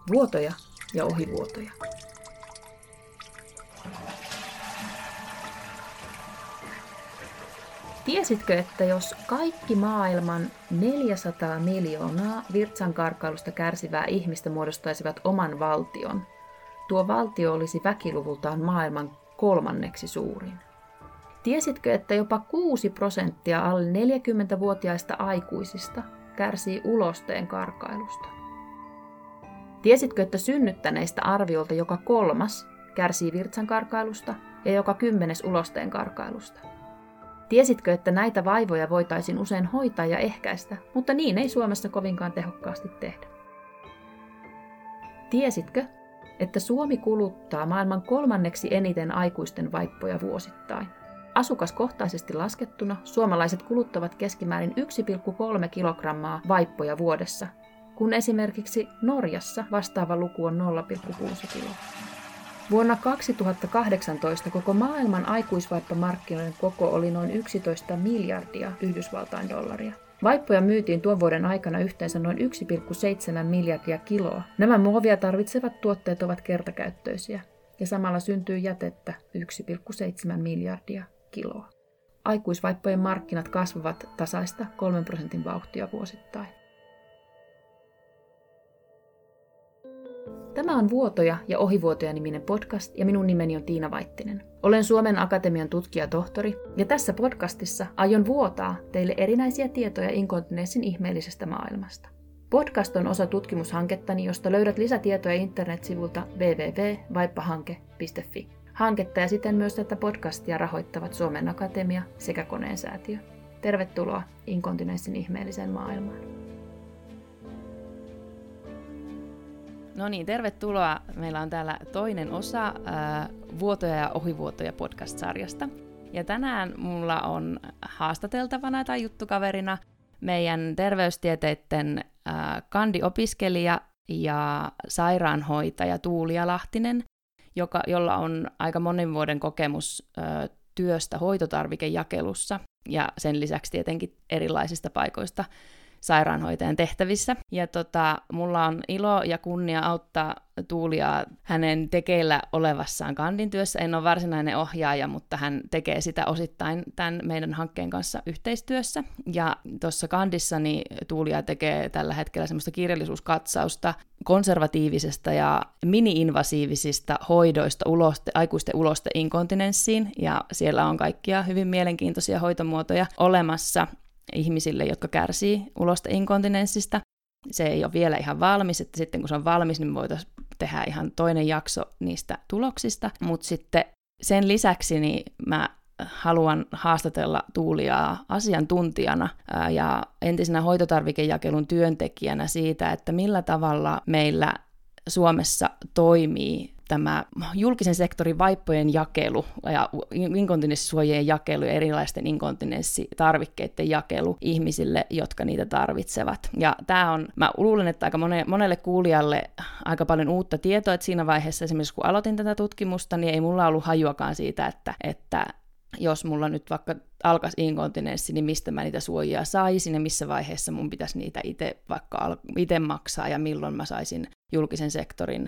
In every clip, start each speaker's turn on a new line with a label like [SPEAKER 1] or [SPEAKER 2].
[SPEAKER 1] Vuotoja ja ohivuotoja. Tiesitkö, että jos kaikki maailman 400 miljoonaa virtsankarkailusta kärsivää ihmistä muodostaisivat oman valtion, tuo valtio olisi väkiluvultaan maailman 3. suurin? Tiesitkö, että jopa 6% alle 40-vuotiaista aikuisista kärsii ulosteen karkailusta? Tiesitkö, että synnyttäneistä arviolta joka 3. kärsii virtsankarkailusta ja joka 10. ulosteen karkailusta? Tiesitkö, että näitä vaivoja voitaisiin usein hoitaa ja ehkäistä, mutta niin ei Suomessa kovinkaan tehokkaasti tehdä? Tiesitkö, että Suomi kuluttaa maailman 3. eniten aikuisten vaippoja vuosittain? Asukaskohtaisesti laskettuna suomalaiset kuluttavat keskimäärin 1,3 kilogrammaa vaippoja vuodessa, kun esimerkiksi Norjassa vastaava luku on 0,6 kiloa. Vuonna 2018 koko maailman aikuisvaippamarkkinoiden koko oli noin 11 miljardia Yhdysvaltain dollaria. Vaippoja myytiin tuon vuoden aikana yhteensä noin 1,7 miljardia kiloa. Nämä muovia tarvitsevat tuotteet ovat kertakäyttöisiä ja samalla syntyy jätettä 1,7 miljardia kiloa. Aikuisvaippojen markkinat kasvavat tasaista 3% vauhtia vuosittain. Tämä on Vuotoja ja ohivuotoja -niminen podcast ja minun nimeni on Tiina Vaittinen. Olen Suomen Akatemian tutkijatohtori ja tässä podcastissa aion vuotaa teille erinäisiä tietoja inkontinenssin ihmeellisestä maailmasta. Podcast on osa tutkimushankettani, josta löydät lisätietoja internetsivulta www.vaippahanke.fi. Hanketta ja siten myös tätä podcastia rahoittavat Suomen Akatemia sekä Koneensäätiö. Tervetuloa inkontinenssin ihmeelliseen maailmaan.
[SPEAKER 2] No niin, tervetuloa. Meillä on täällä toinen osa Vuotoja ja ohivuotoja podcast-sarjasta. Ja tänään mulla on haastateltavana tai juttukaverina meidän terveystieteiden kandiopiskelija ja sairaanhoitaja Tuulia Lahtinen, jolla on aika monen vuoden kokemus työstä hoitotarvikejakelussa ja sen lisäksi tietenkin erilaisista paikoista sairaanhoitajan tehtävissä. Ja mulla on ilo ja kunnia auttaa Tuulia hänen tekeillä olevassaan kandin työssä. En ole varsinainen ohjaaja, mutta hän tekee sitä osittain tämän meidän hankkeen kanssa yhteistyössä. Ja tuossa kandissa Tuulia tekee tällä hetkellä semmoista kirjallisuuskatsausta konservatiivisesta ja mini-invasiivisista hoidoista aikuisten ulosteinkontinenssiin. Ja siellä on kaikkia hyvin mielenkiintoisia hoitomuotoja olemassa ihmisille, jotka kärsii ulosteinkontinenssista. Se ei ole vielä ihan valmis, että sitten kun se on valmis, niin me voitaisiin tehdä ihan toinen jakso niistä tuloksista. Mutta sitten sen lisäksi mä haluan haastatella Tuuliaa asiantuntijana ja entisenä hoitotarvikejakelun työntekijänä siitä, että millä tavalla meillä Suomessa toimii tämä julkisen sektorin vaippojen jakelu ja inkontinenssisuojien jakelu ja erilaisten inkontinenssitarvikkeiden jakelu ihmisille, jotka niitä tarvitsevat. Ja tämä on, mä luulen, että aika monelle kuulijalle aika paljon uutta tietoa, että siinä vaiheessa esimerkiksi kun aloitin tätä tutkimusta, niin ei mulla ollut hajuakaan siitä, että jos mulla nyt vaikka alkaisi inkontinenssi, niin mistä mä niitä suojia saisin ja missä vaiheessa mun pitäisi niitä itse maksaa ja milloin mä saisin julkisen sektorin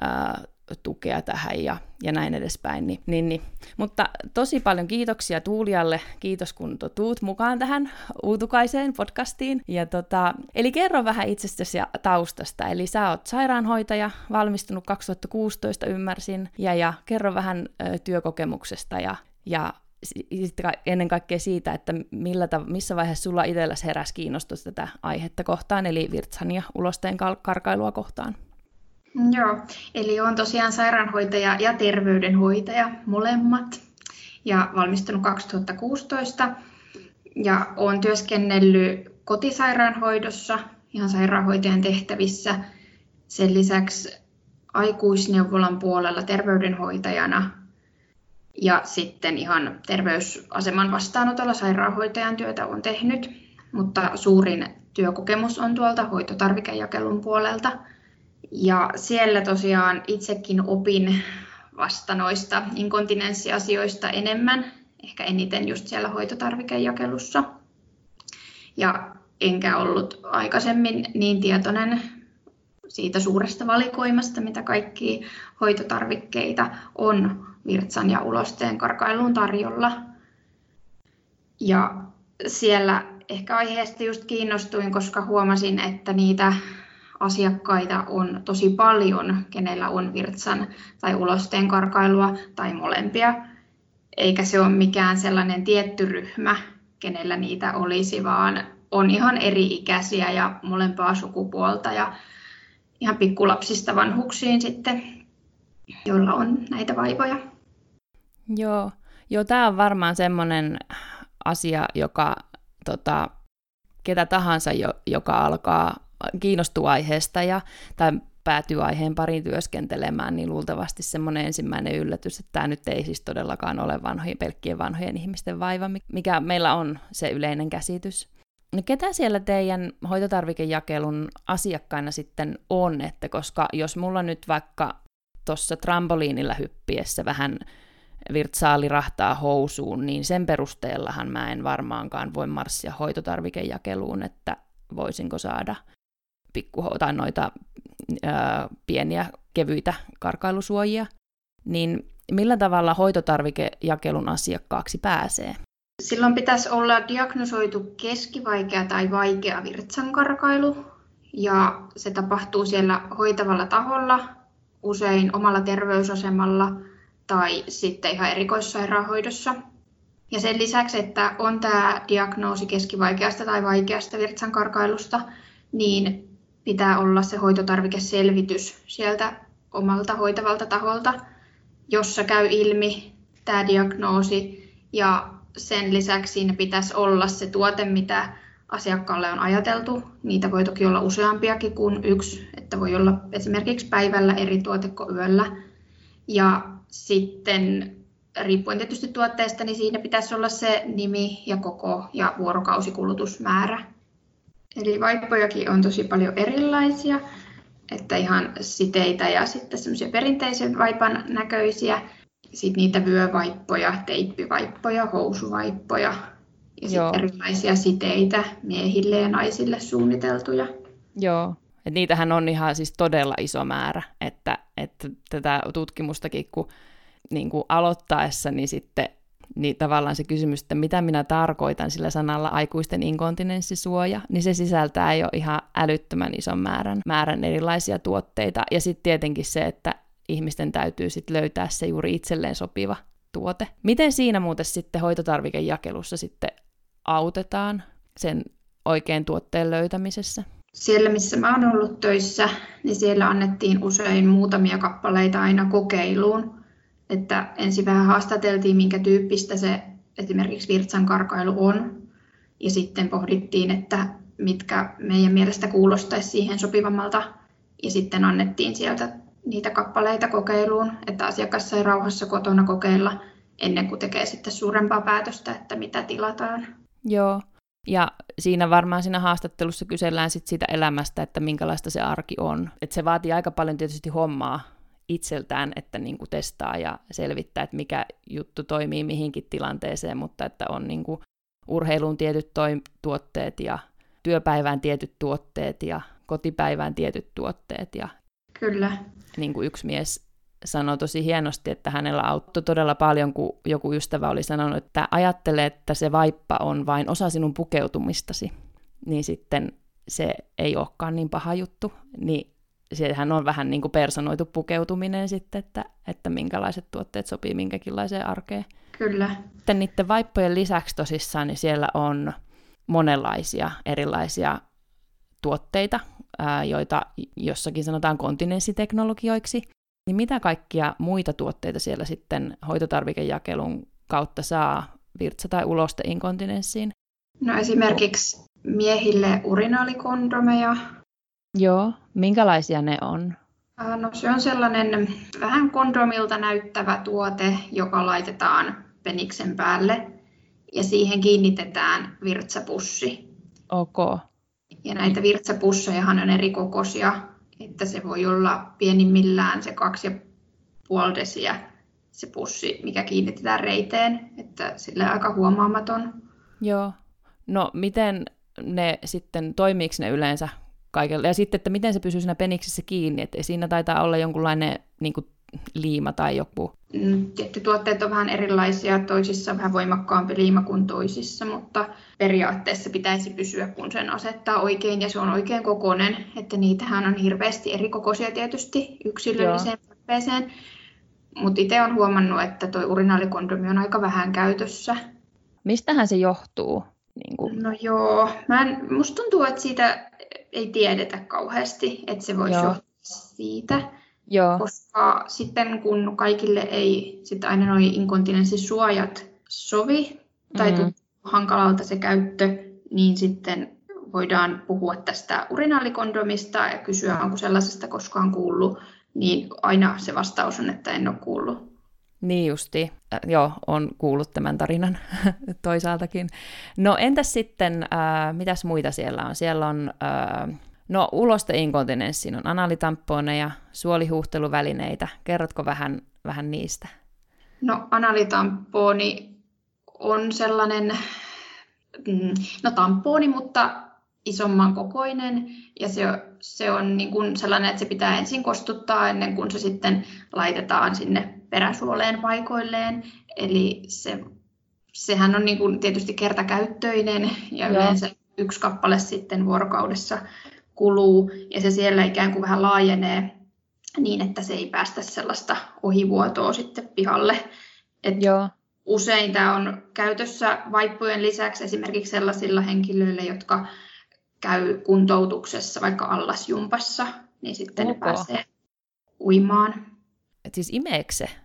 [SPEAKER 2] tukea tähän ja näin edespäin. Mutta tosi paljon kiitoksia Tuulialle. Kiitos kun tuut mukaan tähän uutukaiseen podcastiin. Eli kerro vähän itsestäsi ja taustasta. Eli sä oot sairaanhoitaja, valmistunut 2016 ymmärsin, ja kerro vähän työkokemuksesta ja ennen kaikkea siitä, että missä vaiheessa sulla itselläsi heräsi kiinnostus tätä aihetta kohtaan, eli virtsan ja ulosteen karkailua kohtaan.
[SPEAKER 3] Joo, eli olen tosiaan sairaanhoitaja ja terveydenhoitaja molemmat ja valmistunut 2016 ja olen työskennellyt kotisairaanhoidossa ihan sairaanhoitajan tehtävissä. Sen lisäksi aikuisneuvolan puolella terveydenhoitajana ja sitten ihan terveysaseman vastaanotolla sairaanhoitajan työtä olen tehnyt, mutta suurin työkokemus on tuolta hoitotarvikejakelun puolelta. Ja siellä tosiaan itsekin opin vasta noista inkontinenssiasioista enemmän, ehkä eniten just siellä hoitotarvikejakelussa. Ja enkä ollut aikaisemmin niin tietoinen siitä suuresta valikoimasta, mitä kaikkia hoitotarvikkeita on virtsan ja ulosteen karkailuun tarjolla. Ja siellä ehkä aiheesta just kiinnostuin, koska huomasin, että niitä asiakkaita on tosi paljon, kenellä on virtsan tai ulosteen karkailua tai molempia. Eikä se ole mikään sellainen tietty ryhmä, kenellä niitä olisi, vaan on ihan eri-ikäisiä ja molempaa sukupuolta ja ihan pikkulapsista vanhuksiin sitten, joilla on näitä vaivoja.
[SPEAKER 2] Joo, tämä on varmaan semmoinen asia, joka ketä tahansa, joka alkaa kiinnostua aiheesta tai päätyy aiheen pariin työskentelemään, niin luultavasti semmoinen ensimmäinen yllätys, että tämä nyt ei siis todellakaan ole pelkkien vanhojen ihmisten vaiva, mikä meillä on se yleinen käsitys. No ketä siellä teidän hoitotarvikejakelun asiakkaina sitten on, että koska jos mulla nyt vaikka tuossa trampoliinilla hyppiessä vähän virtsaa lirahtaa housuun, niin sen perusteellahan mä en varmaankaan voi marssia hoitotarvikejakeluun, että voisinko saada tai noita pieniä kevyitä karkailusuojia, niin millä tavalla hoitotarvikejakelun asiakkaaksi pääsee?
[SPEAKER 3] Silloin pitäisi olla diagnosoitu keskivaikea tai vaikea virtsankarkailu, ja se tapahtuu siellä hoitavalla taholla, usein omalla terveysasemalla tai sitten ihan erikoissairaanhoidossa. Ja sen lisäksi, että on tämä diagnoosi keskivaikeasta tai vaikeasta virtsankarkailusta, niin pitää olla se hoitotarvikeselvitys sieltä omalta hoitavalta taholta, jossa käy ilmi tämä diagnoosi, ja sen lisäksi siinä pitäisi olla se tuote, mitä asiakkaalle on ajateltu. Niitä voi toki olla useampiakin kuin yksi, että voi olla esimerkiksi päivällä eri tuote kuin yöllä. Ja sitten riippuen tietysti tuotteesta, niin siinä pitäisi olla se nimi ja koko ja vuorokausikulutusmäärä. Eli vaippojakin on tosi paljon erilaisia, että ihan siteitä ja sitten semmoisia perinteisen vaipan näköisiä. Sitten niitä vyövaippoja, teippivaippoja, housuvaippoja ja sitten erilaisia siteitä miehille ja naisille suunniteltuja.
[SPEAKER 2] Joo, että niitähän on ihan siis todella iso määrä, että tätä tutkimustakin kun niin kuin aloittaessa, niin sitten niin tavallaan se kysymys, että mitä minä tarkoitan sillä sanalla aikuisten inkontinenssisuoja, niin se sisältää jo ihan älyttömän ison määrän erilaisia tuotteita. Ja sitten tietenkin se, että ihmisten täytyy sitten löytää se juuri itselleen sopiva tuote. Miten siinä muuten sitten hoitotarvikejakelussa sitten autetaan sen oikean tuotteen löytämisessä?
[SPEAKER 3] Siellä, missä mä oon ollut töissä, niin siellä annettiin usein muutamia kappaleita aina kokeiluun. Että ensin vähän haastateltiin, minkä tyyppistä se esimerkiksi virtsankarkailu on. Ja sitten pohdittiin, että mitkä meidän mielestä kuulostaisi siihen sopivammalta. Ja sitten annettiin sieltä niitä kappaleita kokeiluun, että asiakas sai rauhassa kotona kokeilla ennen kuin tekee sitten suurempaa päätöstä, että mitä tilataan.
[SPEAKER 2] Joo, ja siinä varmaan siinä haastattelussa kysellään sit siitä elämästä, että minkälaista se arki on. Että se vaatii aika paljon tietysti hommaa itseltään, että niinku testaa ja selvittää, että mikä juttu toimii mihinkin tilanteeseen, mutta että on niinku urheiluun tietyt tuotteet ja työpäivään tietyt tuotteet ja kotipäivään tietyt tuotteet. Ja
[SPEAKER 3] kyllä.
[SPEAKER 2] Niin kuin yksi mies sanoi tosi hienosti, että hänellä auttoi todella paljon, kun joku ystävä oli sanonut, että ajattele, että se vaippa on vain osa sinun pukeutumistasi, niin sitten se ei olekaan niin paha juttu, niin sehän on vähän niin kuin personoitu pukeutuminen sitten, että minkälaiset tuotteet sopii minkäkinlaiseen arkeen.
[SPEAKER 3] Kyllä.
[SPEAKER 2] Sitten niiden vaippojen lisäksi tosissaan, niin siellä on monenlaisia erilaisia tuotteita, joita jossakin sanotaan kontinenssiteknologioiksi. Niin mitä kaikkia muita tuotteita siellä sitten hoitotarvikejakelun kautta saa virtsa- tai ulosteinkontinenssiin?
[SPEAKER 3] No esimerkiksi miehille urinaalikondomeja.
[SPEAKER 2] Joo, minkälaisia ne on?
[SPEAKER 3] No se on sellainen vähän kondomilta näyttävä tuote, joka laitetaan peniksen päälle ja siihen kiinnitetään virtsapussi.
[SPEAKER 2] Ok.
[SPEAKER 3] Ja näitä virtsapussejahan on eri kokoisia, että se voi olla pienimmillään se 2,5 desiä se pussi, mikä kiinnitetään reiteen, että sille aika huomaamaton.
[SPEAKER 2] Joo. No miten ne sitten, toimiiko ne yleensä kaikella. Ja sitten, että miten se pysyy siinä peniksissä kiinni, että siinä taitaa olla jonkunlainen niin kuin liima tai joku.
[SPEAKER 3] Tietyt tuotteet on vähän erilaisia, toisissa vähän voimakkaampi liima kuin toisissa, mutta periaatteessa pitäisi pysyä, kun sen asettaa oikein ja se on oikein kokoinen, että niitähän on hirveästi eri kokoisia tietysti yksilölliseen tarpeeseen. Mutta itse olen huomannut, että tuo urinaalikondomi on aika vähän käytössä.
[SPEAKER 1] Mistähän se johtuu?
[SPEAKER 3] No joo, musta tuntuu, että siitä ei tiedetä kauheasti, että se voisi johtua siitä.
[SPEAKER 1] Joo.
[SPEAKER 3] Koska sitten kun kaikille ei sitten aina nuo inkontinenssisuojat sovi tai tuntuu hankalalta se käyttö, niin sitten voidaan puhua tästä urinalikondomista ja kysyä, onko sellaisesta koskaan kuullut, niin aina se vastaus on, että en ole kuullut.
[SPEAKER 2] Niin justi. Joo, on kuullut tämän tarinan toisaaltakin. No entäs sitten, mitäs muita siellä on? Siellä on no ulosteinkontinenssiin on analitamponeja, suolihuuhteluvälineitä. Kerrotko vähän niistä?
[SPEAKER 3] No analitamponi on sellainen, tamponi, mutta isomman kokoinen. Ja se on niin kuin sellainen, että se pitää ensin kostuttaa ennen kuin se sitten laitetaan sinne peräsuoleen paikoilleen. Eli sehän on niin kuin tietysti kertakäyttöinen ja yleensä 1 kappale sitten vuorokaudessa kuluu. Ja se siellä ikään kuin vähän laajenee niin, että se ei päästä sellaista ohivuotoa sitten pihalle. Usein tämä on käytössä vaippojen lisäksi esimerkiksi sellaisilla henkilöillä, jotka käy kuntoutuksessa vaikka allasjumpassa, niin sitten ne pääsee uimaan.
[SPEAKER 2] Et siis imeekö se?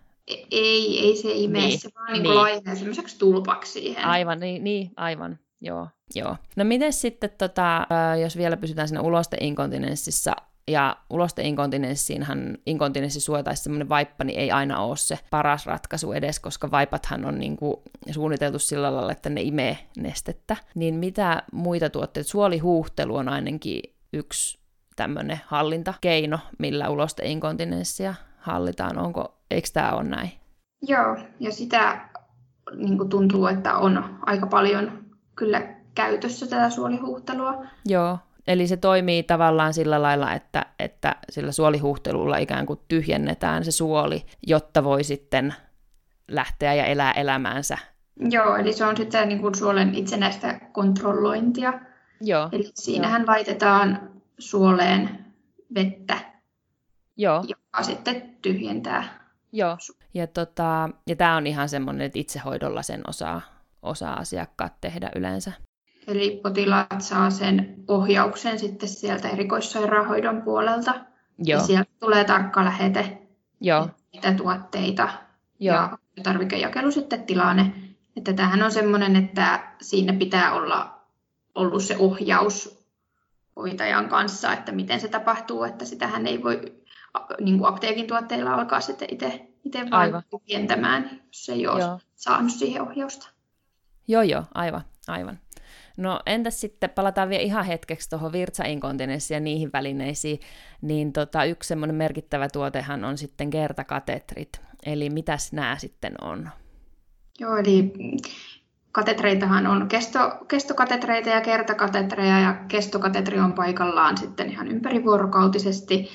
[SPEAKER 3] Ei se imee, se vaan niin laajenee semmoiseksi tulpaksi siihen.
[SPEAKER 2] Aivan, niin aivan, joo. No miten sitten, jos vielä pysytään siinä ulosteinkontinenssissa, ja ulosteinkontinenssiinhan inkontinenssisuoja tai semmoinen vaippa niin ei aina ole se paras ratkaisu edes, koska vaipathan on niin kuin suunniteltu sillä lailla, että ne imee nestettä. Niin mitä muita tuotteita? Suolihuuhtelu on ainakin yksi tämmöinen hallintakeino, millä ulosteinkontinenssia hallitaan. Eikö tämä ole näin?
[SPEAKER 3] Joo, ja sitä niin kuin tuntuu, että on aika paljon kyllä käytössä tätä suolihuuhtelua.
[SPEAKER 2] Joo. Eli se toimii tavallaan sillä lailla, että sillä suolihuhtelulla ikään kuin tyhjennetään se suoli, jotta voi sitten lähteä ja elää elämäänsä.
[SPEAKER 3] Joo, eli se on sitten niin kuin suolen itsenäistä kontrollointia.
[SPEAKER 2] Joo.
[SPEAKER 3] Eli siinähän laitetaan suoleen vettä, joka sitten tyhjentää.
[SPEAKER 2] Joo, ja tämä on ihan semmoinen, että itsehoidolla sen osaa asiakkaat tehdä yleensä.
[SPEAKER 3] Eli potilaat saa sen ohjauksen sitten sieltä erikoissairaanhoidon puolelta. Ja sieltä tulee tarkka lähete, mitä tuotteita ja tarvikejakelu sitten tilanne. Että tämähän on semmoinen, että siinä pitää olla ollut se ohjaus hoitajan kanssa, että miten se tapahtuu, että sitähän ei voi niin kuin apteekin tuotteilla alkaa sitten itse vaan tyhjentämään, jos ei ole saanut siihen ohjausta.
[SPEAKER 2] Joo, aivan. No entäs sitten, palataan vielä ihan hetkeksi tuohon virtsainkontinenssiin ja niihin välineisiin, niin yksi semmoinen merkittävä tuotehan on sitten kertakatetrit. Eli mitäs nämä sitten on?
[SPEAKER 3] Joo, eli katetreitahan on kestokatetreita ja kertakatetreja, ja kestokatetri on paikallaan sitten ihan ympärivuorokautisesti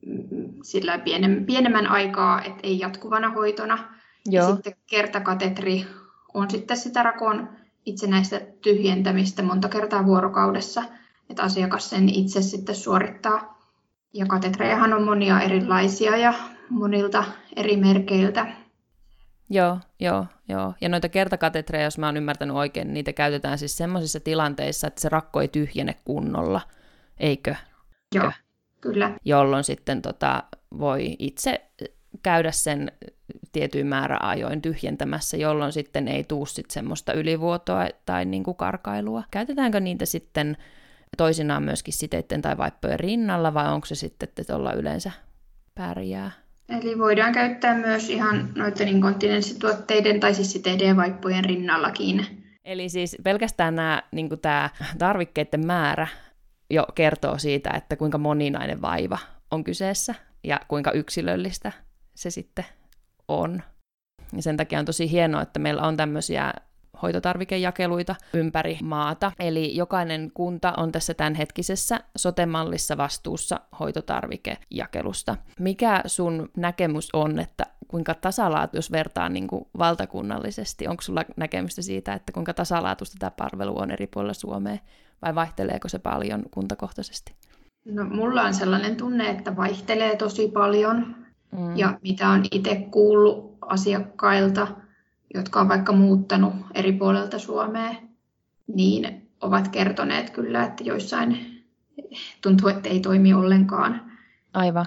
[SPEAKER 3] sillä pienemmän aikaa, et ei jatkuvana hoitona. Ja sitten kertakatetri on sitten sitä rakon itsenäistä tyhjentämistä monta kertaa vuorokaudessa, että asiakas sen itse sitten suorittaa. Ja katetrejahan on monia erilaisia ja monilta eri merkeiltä.
[SPEAKER 2] Joo. Ja noita kertakatetreja, jos mä oon ymmärtänyt oikein, niitä käytetään siis semmoisissa tilanteissa, että se rakko ei tyhjene kunnolla, eikö?
[SPEAKER 3] Joo, kyllä.
[SPEAKER 2] Jolloin sitten voi itse käydä sen tietyin määräajoin tyhjentämässä, jolloin sitten ei tule sit semmoista ylivuotoa tai niinku karkailua. Käytetäänkö niitä sitten toisinaan myöskin siteiden tai vaippojen rinnalla, vai onko se sitten, että tuolla yleensä pärjää?
[SPEAKER 3] Eli voidaan käyttää myös ihan noiden inkontinenssituotteiden tai siis siteiden ja vaippojen rinnallakin.
[SPEAKER 2] Eli siis pelkästään niinku tämä tarvikkeiden määrä jo kertoo siitä, että kuinka moninainen vaiva on kyseessä ja kuinka yksilöllistä se sitten on. Ja sen takia on tosi hienoa, että meillä on tämmöisiä hoitotarvikejakeluita ympäri maata. Eli jokainen kunta on tässä tämänhetkisessä sote-mallissa vastuussa hoitotarvikejakelusta. Mikä sun näkemys on, että kuinka tasalaatu, jos vertaa niin kuin valtakunnallisesti, onko sulla näkemystä siitä, että kuinka tasalaatuista tämä palvelu on eri puolilla Suomea, vai vaihteleeko se paljon kuntakohtaisesti?
[SPEAKER 3] No, mulla on sellainen tunne, että vaihtelee tosi paljon. Ja mitä on itse kuullut asiakkailta, jotka on vaikka muuttanut eri puolelta Suomea, niin ovat kertoneet kyllä, että joissain tuntuu, että ei toimi ollenkaan.
[SPEAKER 2] Aivan.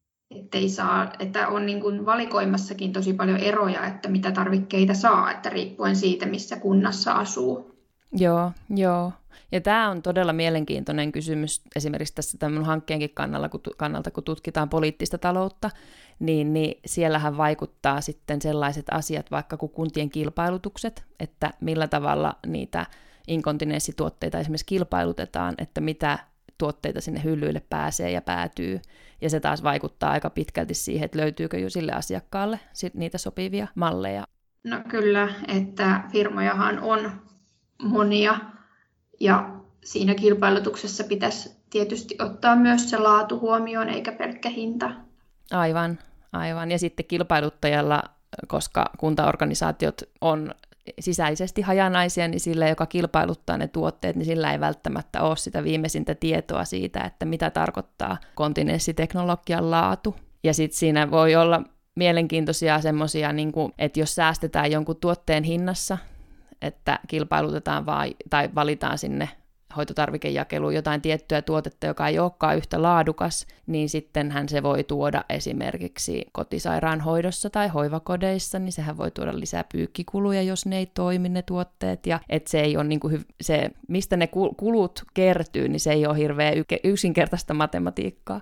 [SPEAKER 3] Että on niin kuin valikoimassakin tosi paljon eroja, että mitä tarvikkeita saa, että riippuen siitä, missä kunnassa asuu.
[SPEAKER 2] Joo. Ja tämä on todella mielenkiintoinen kysymys esimerkiksi tässä tämän hankkeenkin kannalta, kun tutkitaan poliittista taloutta, niin siellähän vaikuttaa sitten sellaiset asiat, vaikka kuin kuntien kilpailutukset, että millä tavalla niitä inkontinenssituotteita esimerkiksi kilpailutetaan, että mitä tuotteita sinne hyllyille pääsee ja päätyy, ja se taas vaikuttaa aika pitkälti siihen, että löytyykö jo sille asiakkaalle niitä sopivia malleja.
[SPEAKER 3] No kyllä, että firmojahan on monia, ja siinä kilpailutuksessa pitäisi tietysti ottaa myös se laatu huomioon, eikä pelkkä hinta.
[SPEAKER 2] Aivan. Ja sitten kilpailuttajalla, koska kuntaorganisaatiot on sisäisesti hajanaisia, niin sillä, joka kilpailuttaa ne tuotteet, niin sillä ei välttämättä ole sitä viimeisintä tietoa siitä, että mitä tarkoittaa kontinenssiteknologian laatu. Ja sitten siinä voi olla mielenkiintoisia semmoisia, niin että jos säästetään jonkun tuotteen hinnassa, että kilpailutetaan tai valitaan sinne hoitotarvikejakeluun jotain tiettyä tuotetta, joka ei olekaan yhtä laadukas, niin sittenhän se voi tuoda esimerkiksi kotisairaanhoidossa tai hoivakodeissa, niin sehän voi tuoda lisää pyykkikuluja, jos ne ei toimi ne tuotteet, ja että se ei ole niin kuin se, mistä ne kulut kertyy, niin se ei ole hirveän yksinkertaista matematiikkaa.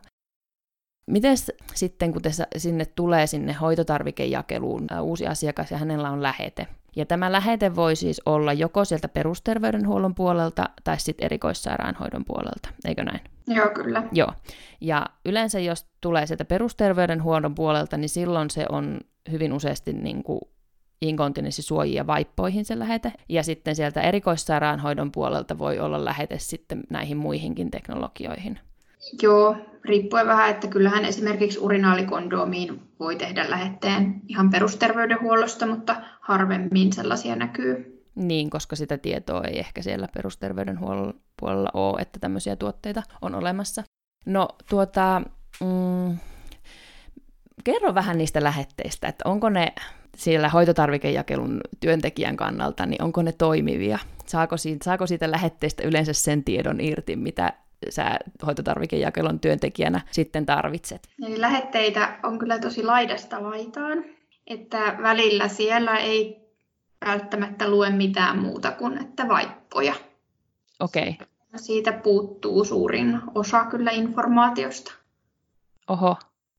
[SPEAKER 2] Mites sitten, kun sinne tulee sinne hoitotarvikejakeluun uusi asiakas ja hänellä on lähete, ja tämä lähete voi siis olla joko sieltä perusterveydenhuollon puolelta tai sitten erikoissairaanhoidon puolelta, eikö näin?
[SPEAKER 3] Joo, kyllä.
[SPEAKER 2] Joo, ja yleensä jos tulee sieltä perusterveydenhuollon puolelta, niin silloin se on hyvin useasti niin kuin inkontinenssisuojia vaippoihin se lähete, ja sitten sieltä erikoissairaanhoidon puolelta voi olla lähete sitten näihin muihinkin teknologioihin.
[SPEAKER 3] Joo, riippuen vähän, että kyllähän esimerkiksi urinaalikondoomiin voi tehdä lähetteen ihan perusterveydenhuollosta, mutta harvemmin sellaisia näkyy.
[SPEAKER 2] Niin, koska sitä tietoa ei ehkä siellä perusterveydenhuollon puolella ole, että tämmöisiä tuotteita on olemassa. No kerro vähän niistä lähetteistä, että onko ne siellä hoitotarvikejakelun työntekijän kannalta, niin onko ne toimivia? Saako siitä lähetteestä yleensä sen tiedon irti, mitä sä hoitotarvikejakelun työntekijänä sitten tarvitset?
[SPEAKER 3] Eli lähetteitä on kyllä tosi laidasta laitaan, että välillä siellä ei välttämättä lue mitään muuta kuin että vaippoja.
[SPEAKER 2] Okei.
[SPEAKER 3] Siitä puuttuu suurin osa kyllä informaatiosta.
[SPEAKER 2] Oho.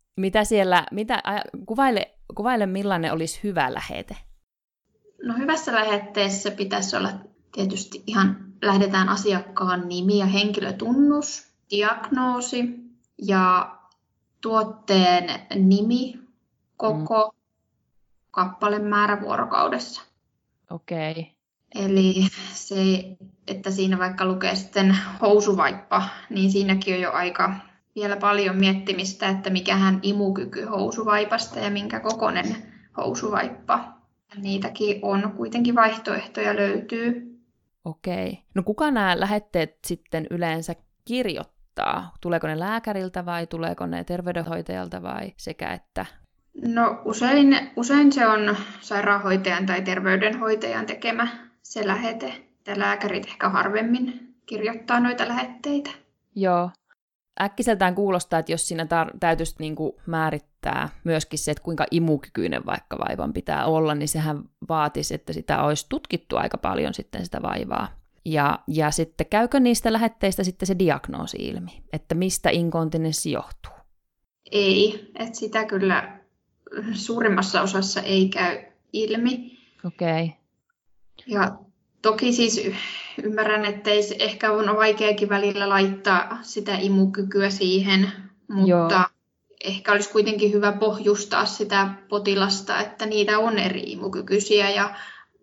[SPEAKER 2] Kuvaile millainen olisi hyvä lähete?
[SPEAKER 3] No hyvässä lähetteessä pitäisi olla tietysti lähdetään asiakkaan nimi ja henkilötunnus, diagnoosi ja tuotteen nimi, koko, kappalemäärä vuorokaudessa.
[SPEAKER 2] Okei.
[SPEAKER 3] Eli se, että siinä vaikka lukee sitten housuvaippa, niin siinäkin on jo aika vielä paljon miettimistä, että mikähän imukyky housuvaipasta ja minkä kokoinen housuvaippa. Niitäkin on, kuitenkin vaihtoehtoja löytyy.
[SPEAKER 2] Okei. No kuka nämä lähetteet sitten yleensä kirjoittaa? Tuleeko ne lääkäriltä vai tuleeko ne terveydenhoitajalta vai sekä että?
[SPEAKER 3] No usein se on sairaanhoitajan tai terveydenhoitajan tekemä se lähete. Lääkärit ehkä harvemmin kirjoittaa noita lähetteitä.
[SPEAKER 2] Joo. Äkkiseltään kuulostaa, että jos siinä täytyisi niinku määrittää myöskin se, että kuinka imukykyinen vaikka vaivan pitää olla, niin sehän vaatisi, että sitä olisi tutkittu aika paljon sitten sitä vaivaa. Ja sitten käykö niistä lähetteistä sitten se diagnoosi ilmi, että mistä inkontinenssi johtuu?
[SPEAKER 3] Ei, että sitä kyllä suurimmassa osassa ei käy ilmi.
[SPEAKER 2] Okei.
[SPEAKER 3] Ja toki siis ymmärrän, että ehkä on vaikeakin välillä laittaa sitä imukykyä siihen, mutta Joo. Ehkä olisi kuitenkin hyvä pohjustaa sitä potilasta, että niitä on eri imukykyisiä ja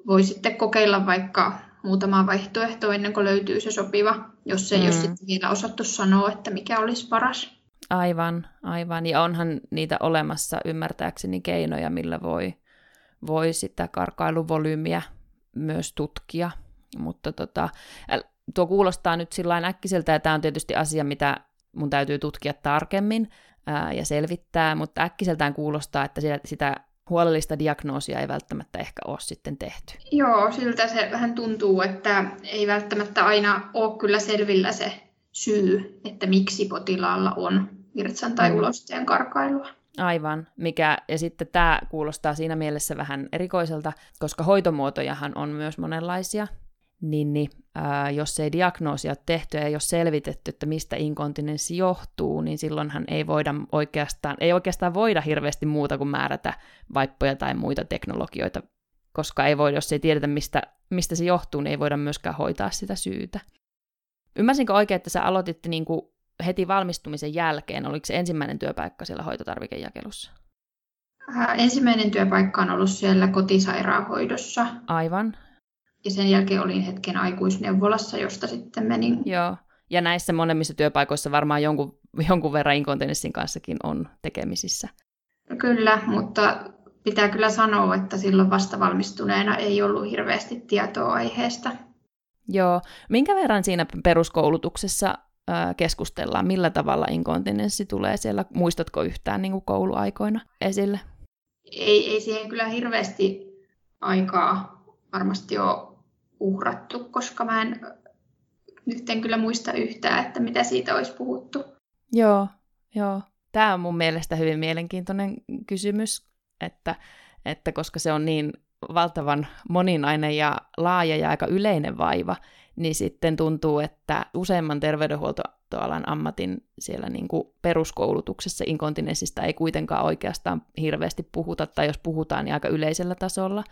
[SPEAKER 3] voi sitten kokeilla vaikka muutama vaihtoehto ennen kuin löytyy se sopiva, jos ei ole sitten vielä osattu sanoa, että mikä olisi paras.
[SPEAKER 2] Aivan. Ja onhan niitä olemassa ymmärtääkseni keinoja, millä voi sitä karkailuvolyymiä myös tutkia. Mutta tuo kuulostaa nyt sillain äkkiseltä, ja tämä on tietysti asia, mitä mun täytyy tutkia tarkemmin ja selvittää, mutta äkkiseltään kuulostaa, että sitä huolellista diagnoosia ei välttämättä ehkä ole sitten tehty.
[SPEAKER 3] Joo, siltä se vähän tuntuu, että ei välttämättä aina ole kyllä selvillä se syy, että miksi potilaalla on virtsan tai ulosteen karkailua.
[SPEAKER 2] Aivan, ja sitten tämä kuulostaa siinä mielessä vähän erikoiselta, koska hoitomuotojahan on myös monenlaisia, niin jos ei diagnoosia ole tehty ja jos selvitetty, että mistä inkontinenssi johtuu, niin silloinhan ei oikeastaan voida hirveästi muuta kuin määrätä vaippoja tai muita teknologioita, koska ei voida, jos ei tiedetä mistä se johtuu, niin ei voida myöskään hoitaa sitä syytä. Ymmärsinkö oikein, että sä aloititte niin kuin heti valmistumisen jälkeen? Oliko se ensimmäinen työpaikka siellä hoitotarvikejakelussa?
[SPEAKER 3] Ensimmäinen työpaikka on ollut siellä kotisairaanhoidossa.
[SPEAKER 2] Aivan.
[SPEAKER 3] Ja sen jälkeen olin hetken aikuisneuvolassa, josta sitten menin.
[SPEAKER 2] Joo, ja näissä monemmissa työpaikoissa varmaan jonkun verran inkontinenssin kanssakin on tekemisissä.
[SPEAKER 3] Kyllä, mutta pitää kyllä sanoa, että silloin vasta valmistuneena ei ollut hirveästi tietoa aiheesta.
[SPEAKER 2] Joo, minkä verran siinä peruskoulutuksessa keskustellaan, millä tavalla inkontinenssi tulee siellä, muistatko yhtään niin kuin kouluaikoina esille?
[SPEAKER 3] Ei siihen kyllä hirveästi aikaa varmasti ole uhrattu, koska mä en kyllä muista yhtään, että mitä siitä olisi puhuttu.
[SPEAKER 2] Joo. Tämä on mun mielestä hyvin mielenkiintoinen kysymys, että koska se on niin valtavan moninainen ja laaja ja aika yleinen vaiva, niin sitten tuntuu, että useimman terveydenhuoltoalan ammatin siellä niin kuin peruskoulutuksessa inkontinenssista ei kuitenkaan oikeastaan hirveästi puhuta, tai jos puhutaan, niin aika yleisellä tasolla.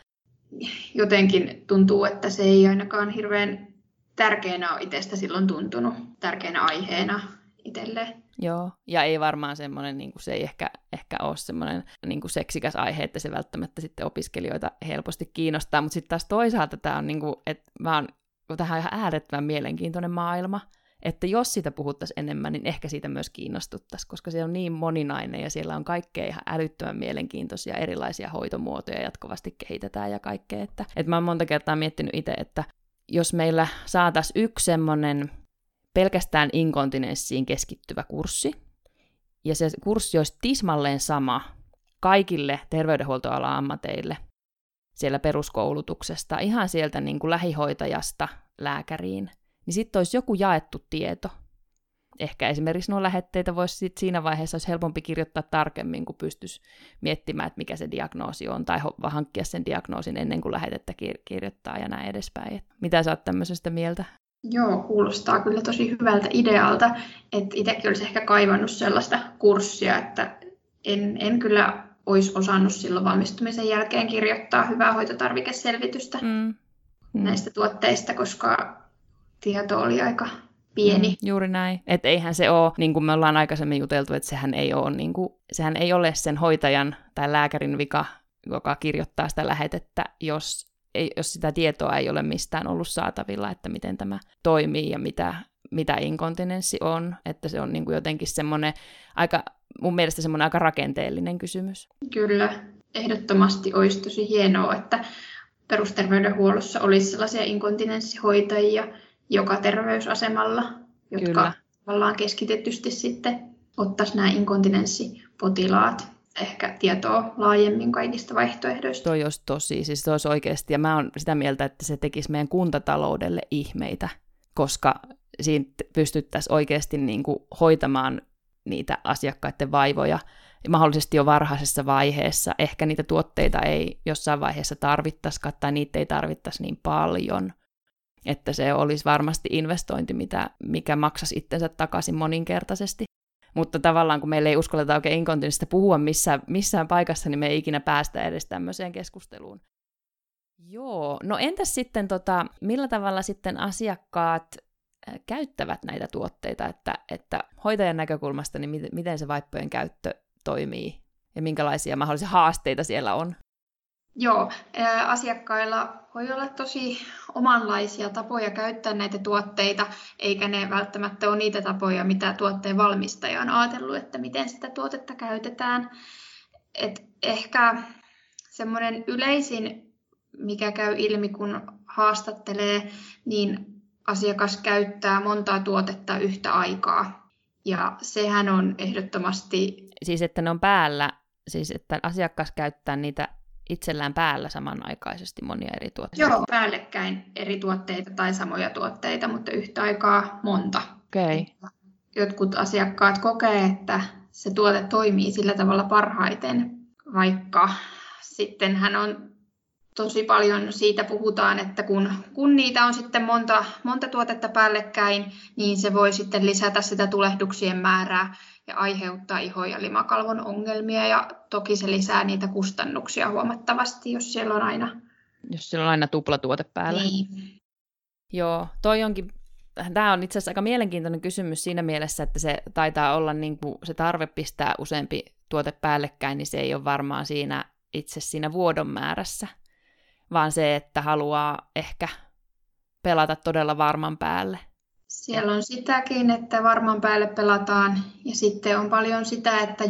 [SPEAKER 3] Jotenkin tuntuu, että se ei ainakaan hirveän tärkeänä ole itsestä silloin tuntunut, tärkeänä aiheena itselleen.
[SPEAKER 2] Joo, ja ei varmaan semmoinen, niin kuin se ei ehkä ole semmoinen niin kuin seksikäs aihe, että se välttämättä sitten opiskelijoita helposti kiinnostaa, mutta sitten taas toisaalta tämä on, niin kuin, että tähän on ihan äärettömän mielenkiintoinen maailma, että jos siitä puhuttaisiin enemmän, niin ehkä siitä myös kiinnostuttaisiin, koska se on niin moninainen ja siellä on kaikkea ihan älyttömän mielenkiintoisia erilaisia hoitomuotoja jatkuvasti kehitetään ja kaikkea. Että mä oon monta kertaa miettinyt itse, että jos meillä saataisiin yksi semmoinen pelkästään inkontinenssiin keskittyvä kurssi, ja se kurssi olisi tismalleen sama kaikille terveydenhuoltoalan ammateille siellä peruskoulutuksesta, ihan sieltä niin kuin lähihoitajasta lääkäriin, niin sitten olisi joku jaettu tieto. Ehkä esimerkiksi nuo lähetteitä voisi siinä vaiheessa olisi helpompi kirjoittaa tarkemmin, kun pystyisi miettimään, että mikä se diagnoosi on, tai hankkia sen diagnoosin ennen kuin lähetettä kirjoittaa ja näin edespäin. Et mitä sä oot tämmöisestä mieltä?
[SPEAKER 3] Joo, kuulostaa kyllä tosi hyvältä idealta, että itsekin olisi ehkä kaivannut sellaista kurssia, että en kyllä olisi osannut silloin valmistumisen jälkeen kirjoittaa hyvää hoitotarvikeselvitystä näistä tuotteista, koska tieto oli aika pieni.
[SPEAKER 2] Juuri näin. Että eihän se ole, niin kuin me ollaan aikaisemmin juteltu, että sehän ei ole sen hoitajan tai lääkärin vika, joka kirjoittaa sitä lähetettä, jos sitä tietoa ei ole mistään ollut saatavilla, että miten tämä toimii ja mitä inkontinenssi on. Että se on niin kuin jotenkin mun mielestä semmoinen aika rakenteellinen kysymys.
[SPEAKER 3] Kyllä, ehdottomasti olisi tosi hienoa, että perusterveydenhuollossa olisi sellaisia inkontinenssihoitajia joka terveysasemalla, jotka tavallaan keskitetysti sitten ottaisi nämä inkontinenssipotilaat ehkä tietoa laajemmin kaikista vaihtoehdoista.
[SPEAKER 2] Toi olisi tosi, siis se olisi oikeasti, ja mä oon sitä mieltä, että se tekisi meidän kuntataloudelle ihmeitä, koska siinä pystyttäisiin oikeasti niin kuin hoitamaan niitä asiakkaiden vaivoja mahdollisesti jo varhaisessa vaiheessa. Ehkä niitä tuotteita ei jossain vaiheessa tarvittaisikaan, tai niitä ei tarvittaisi niin paljon, että se olisi varmasti investointi, mikä maksaisi itsensä takaisin moninkertaisesti. Mutta tavallaan, kun meillä ei uskalleta oikein inkontinenssista puhua missään paikassa, niin me ei ikinä päästä edes tämmöiseen keskusteluun. Joo, no entäs sitten, millä tavalla sitten asiakkaat käyttävät näitä tuotteita, että hoitajan näkökulmasta, niin miten se vaippojen käyttö toimii ja minkälaisia mahdollisia haasteita siellä on?
[SPEAKER 3] Joo, asiakkailla voi olla tosi omanlaisia tapoja käyttää näitä tuotteita, eikä ne välttämättä ole niitä tapoja, mitä tuotteen valmistaja on ajatellut, että miten sitä tuotetta käytetään. Et ehkä semmoinen yleisin, mikä käy ilmi, kun haastattelee, niin asiakas käyttää montaa tuotetta yhtä aikaa. Ja sehän on ehdottomasti...
[SPEAKER 2] Siis että ne on päällä, siis että asiakas käyttää niitä itsellään päällä samanaikaisesti monia eri tuotteita.
[SPEAKER 3] Joo, päällekkäin eri tuotteita tai samoja tuotteita, mutta yhtä aikaa monta.
[SPEAKER 2] Okei.
[SPEAKER 3] Jotkut asiakkaat kokee, että se tuote toimii sillä tavalla parhaiten, vaikka sitten hän on tosi paljon siitä puhutaan, että kun niitä on sitten monta tuotetta päällekkäin, niin se voi sitten lisätä sitä tulehduksien määrää ja aiheuttaa iho- ja limakalvon ongelmia. Ja toki se lisää niitä kustannuksia huomattavasti, jos siellä on aina...
[SPEAKER 2] Jos siellä on aina tuplatuote päällä.
[SPEAKER 3] Niin.
[SPEAKER 2] Joo, tämä on itse asiassa aika mielenkiintoinen kysymys siinä mielessä, että se taitaa olla niin kuin se tarve pistää useampi tuote päällekkäin, niin se ei ole varmaan siinä vuodon määrässä, vaan se, että haluaa ehkä pelata todella varman päälle.
[SPEAKER 3] Siellä on sitäkin, että varman päälle pelataan, ja sitten on paljon sitä, että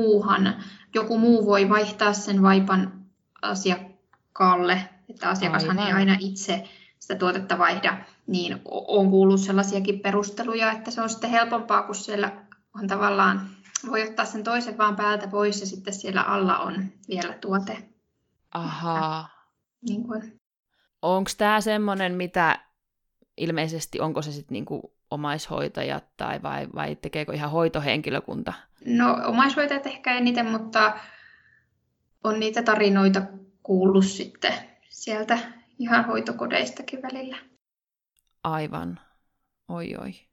[SPEAKER 3] joku muu voi vaihtaa sen vaipan asiakkaalle, että asiakashan ei aina itse sitä tuotetta vaihda, niin on kuullut sellaisiakin perusteluja, että se on sitten helpompaa, kun siellä on tavallaan, voi ottaa sen toisen vaan päältä pois ja sitten siellä alla on vielä tuote.
[SPEAKER 2] Ahaa.
[SPEAKER 3] Niin kuin.
[SPEAKER 2] Onko tämä semmoinen, mitä ilmeisesti, onko se sitten niinku omaishoitajat tai vai tekeekö ihan hoitohenkilökunta?
[SPEAKER 3] No omaishoitajat ehkä eniten, mutta on niitä tarinoita kuullut sitten sieltä ihan hoitokodeistakin välillä.
[SPEAKER 2] Aivan. Oi.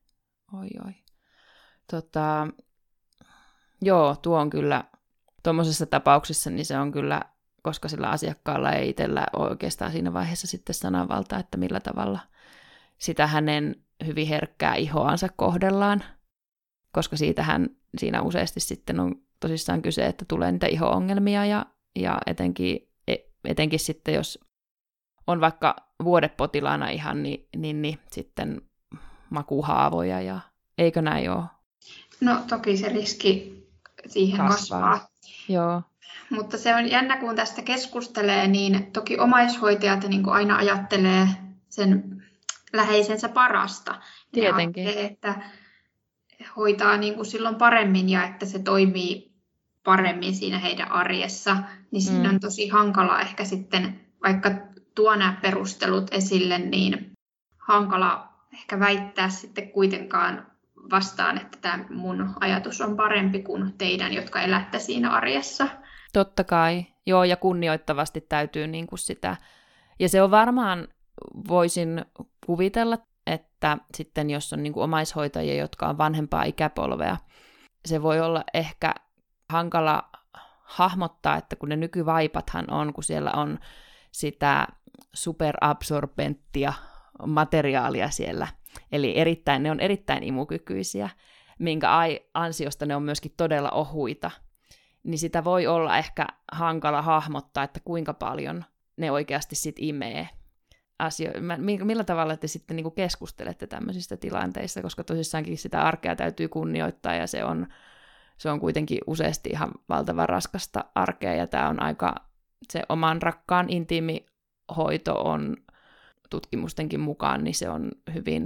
[SPEAKER 2] Joo, tuo on kyllä, tuommoisessa tapauksessa niin se on kyllä, koska sillä asiakkaalla ei itsellä ole oikeastaan siinä vaiheessa sitten sananvaltaa, että millä tavalla sitä hänen hyvin herkkää ihoansa kohdellaan, koska siinä useasti sitten on tosissaan kyse, että tulee niitä iho-ongelmia ja etenkin sitten, jos on vaikka vuodepotilaana ihan, niin sitten makuhaavoja ja eikö näin ole?
[SPEAKER 3] No toki se riski siihen kasvaa.
[SPEAKER 2] Joo.
[SPEAKER 3] Mutta se on jännä, kun tästä keskustelee, niin toki omaishoitajat niin kuin aina ajattelee sen läheisensä parasta.
[SPEAKER 2] Tietenkin.
[SPEAKER 3] Että hoitaa niin kuin silloin paremmin ja että se toimii paremmin siinä heidän arjessa, niin siinä on tosi hankala ehkä sitten, vaikka tuo nämä perustelut esille, niin hankala ehkä väittää sitten kuitenkaan vastaan, että tämä mun ajatus on parempi kuin teidän, jotka elätte siinä arjessa.
[SPEAKER 2] Totta kai, joo, ja kunnioittavasti täytyy niin kuin sitä. Ja se on varmaan, voisin kuvitella, että sitten jos on niin kuin omaishoitajia, jotka on vanhempaa ikäpolvea, se voi olla ehkä hankala hahmottaa, että kun ne nykyvaipathan on, kun siellä on sitä superabsorbenttia materiaalia siellä, eli ne on erittäin imukykyisiä, minkä ansiosta ne on myöskin todella ohuita, niin sitä voi olla ehkä hankala hahmottaa, että kuinka paljon ne oikeasti sit imee asioita. Millä tavalla te sitten niinku keskustelette tämmöisistä tilanteista, koska tosissaankin sitä arkea täytyy kunnioittaa, ja se on kuitenkin useasti ihan valtavan raskasta arkea, ja tämä on se oman rakkaan intiimi hoito on tutkimustenkin mukaan, niin se on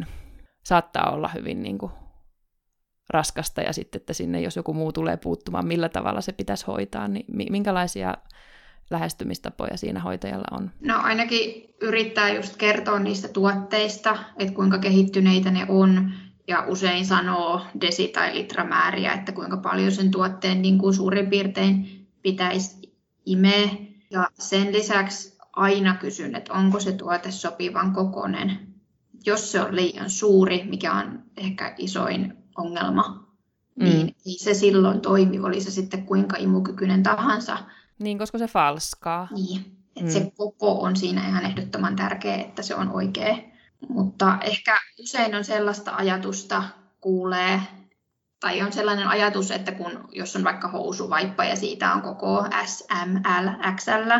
[SPEAKER 2] saattaa olla hyvin niin kuin raskasta, ja sitten, että sinne jos joku muu tulee puuttumaan, millä tavalla se pitäisi hoitaa, niin minkälaisia lähestymistapoja siinä hoitajalla on? No
[SPEAKER 3] ainakin yrittää just kertoa niistä tuotteista, että kuinka kehittyneitä ne on, ja usein sanoo desi- tai litramääriä, että kuinka paljon sen tuotteen niin kuin suurin piirtein pitäisi imeä. Ja sen lisäksi aina kysyn, että onko se tuote sopivan kokoinen. Jos se on liian suuri, mikä on ehkä isoin ongelma, niin ei se silloin toimi, oli se sitten kuinka imukykyinen tahansa.
[SPEAKER 2] Niin, koska se falskaa.
[SPEAKER 3] Niin, että se koko on siinä ihan ehdottoman tärkeä, että se on oikea. Mutta ehkä usein on sellaista ajatusta, kuulee, tai on sellainen ajatus, että jos on vaikka housuvaippa ja siitä on koko S, M, L, XL,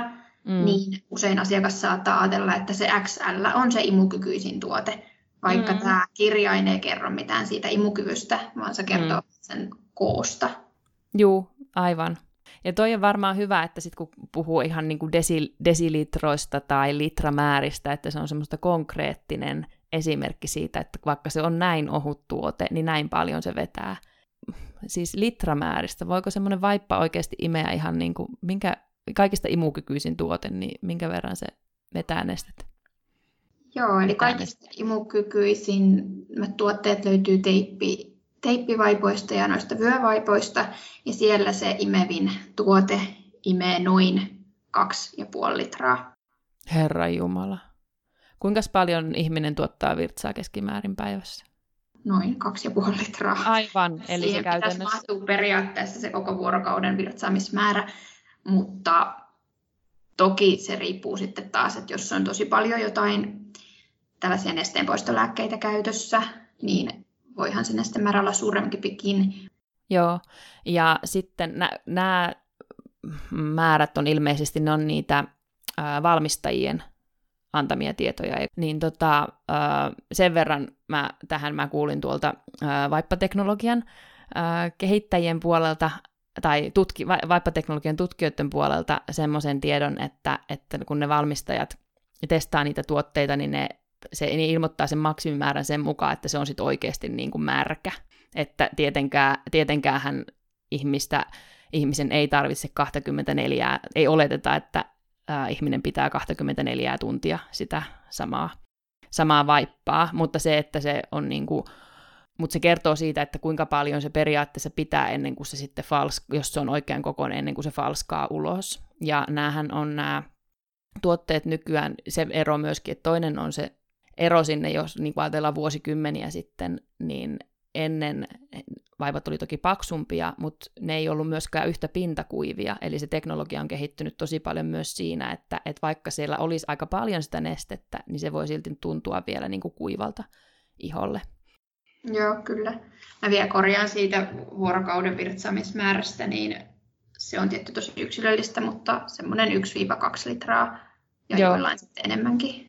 [SPEAKER 3] niin usein asiakas saattaa ajatella, että se XL on se imukykyisin tuote, vaikka tämä kirjain ei kerro mitään siitä imukyvystä, vaan se kertoo sen koosta.
[SPEAKER 2] Juu, aivan. Ja toi on varmaan hyvä, että sit kun puhuu ihan niin kuin desilitroista tai litramääristä, että se on semmoista konkreettinen esimerkki siitä, että vaikka se on näin ohut tuote, niin näin paljon se vetää. Siis litramääristä, voiko semmoinen vaippa oikeasti imeä ihan niin kuin, kaikista imukykyisin tuote, niin minkä verran se vetää nestettä?
[SPEAKER 3] Joo, eli kaikista imukykyisin tuotteet löytyy teippivaipoista ja noista vyövaipoista, ja siellä se imevin tuote imee noin 2,5 litraa.
[SPEAKER 2] Herranjumala. Kuinka paljon ihminen tuottaa virtsaa keskimäärin päivässä?
[SPEAKER 3] Noin 2,5 litraa.
[SPEAKER 2] Aivan, eli
[SPEAKER 3] siihen
[SPEAKER 2] se käytännössä
[SPEAKER 3] mahtuu periaatteessa se koko vuorokauden virtsaamismäärä, mutta toki se riippuu sitten taas, että jos on tosi paljon jotain tällaisia nesteenpoistolääkkeitä käytössä, niin voihan se nestemäärä olla suurempikin.
[SPEAKER 2] Joo, ja sitten nämä määrät on ilmeisesti, ne on niitä valmistajien antamia tietoja. Niin sen verran mä kuulin tuolta vaippateknologian kehittäjien puolelta, tai vaippateknologian tutkijoiden puolelta semmoisen tiedon, että kun ne valmistajat testaa niitä tuotteita, niin ne ilmoittaa sen maksimimäärän sen mukaan, että se on sitten oikeasti niin kuin märkä. Että tietenkään ihmisen ei tarvitse 24, ei oleteta, että ihminen pitää 24 tuntia sitä samaa vaippaa, mutta se, että se on niin kuin, mutta se kertoo siitä, että kuinka paljon se periaatteessa pitää ennen kuin se sitten jos se on oikean kokoinen, ennen kuin se falskaa ulos. Ja näähän on nämä tuotteet nykyään, se ero myöskin, että toinen on se ero sinne, jos niin kuin ajatellaan vuosikymmeniä sitten, niin ennen vaivat oli toki paksumpia, mutta ne ei ollut myöskään yhtä pintakuivia, eli se teknologia on kehittynyt tosi paljon myös siinä, että vaikka siellä olisi aika paljon sitä nestettä, niin se voi silti tuntua vielä niin kuin kuivalta iholle.
[SPEAKER 3] Joo, kyllä. Mä vielä korjaan siitä vuorokauden virtsaamismäärästä, niin se on tietty tosi yksilöllistä, mutta semmoinen 1-2 litraa ja joillain sitten enemmänkin.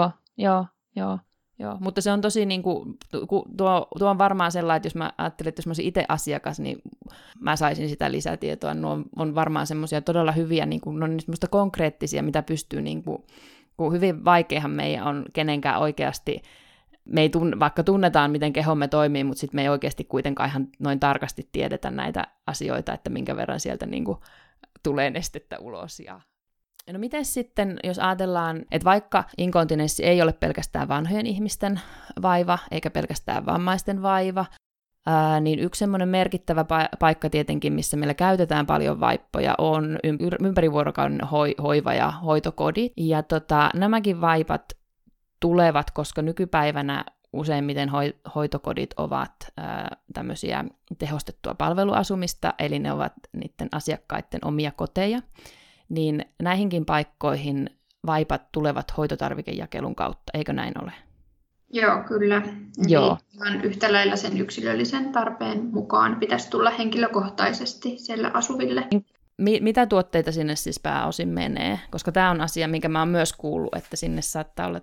[SPEAKER 2] Joo. Mutta se on tosi, niin kuin, tuo on varmaan sellainen, että jos mä ajattelin, että jos mä olisin itse asiakas, niin mä saisin sitä lisätietoa. Nuo on varmaan semmoisia todella hyviä, niin kuin, ne on semmoista konkreettisia, mitä pystyy, niin kuin hyvin vaikeahan meidän on kenenkään oikeasti, me ei vaikka tunnetaan, miten kehomme toimii, mutta sitten me ei oikeasti kuitenkaan ihan noin tarkasti tiedetä näitä asioita, että minkä verran sieltä niin kuin tulee nestettä ulos. No miten sitten, jos ajatellaan, että vaikka inkontinenssi ei ole pelkästään vanhojen ihmisten vaiva, eikä pelkästään vammaisten vaiva, niin yksi semmoinen merkittävä paikka tietenkin, missä meillä käytetään paljon vaippoja, on ympärivuorokauden hoiva- ja hoitokodit. Ja nämäkin vaipat tulevat, koska nykypäivänä useimmiten hoitokodit ovat tämmöisiä tehostettua palveluasumista, eli ne ovat niiden asiakkaiden omia koteja, niin näihinkin paikkoihin vaipat tulevat hoitotarvikejakelun kautta, eikö näin ole?
[SPEAKER 3] Joo, kyllä. Joo. Eli yhtä lailla sen yksilöllisen tarpeen mukaan pitäisi tulla henkilökohtaisesti siellä asuville.
[SPEAKER 2] Mitä tuotteita sinne siis pääosin menee? Koska tämä on asia, minkä mä oon myös kuullut, että sinne saattaa olla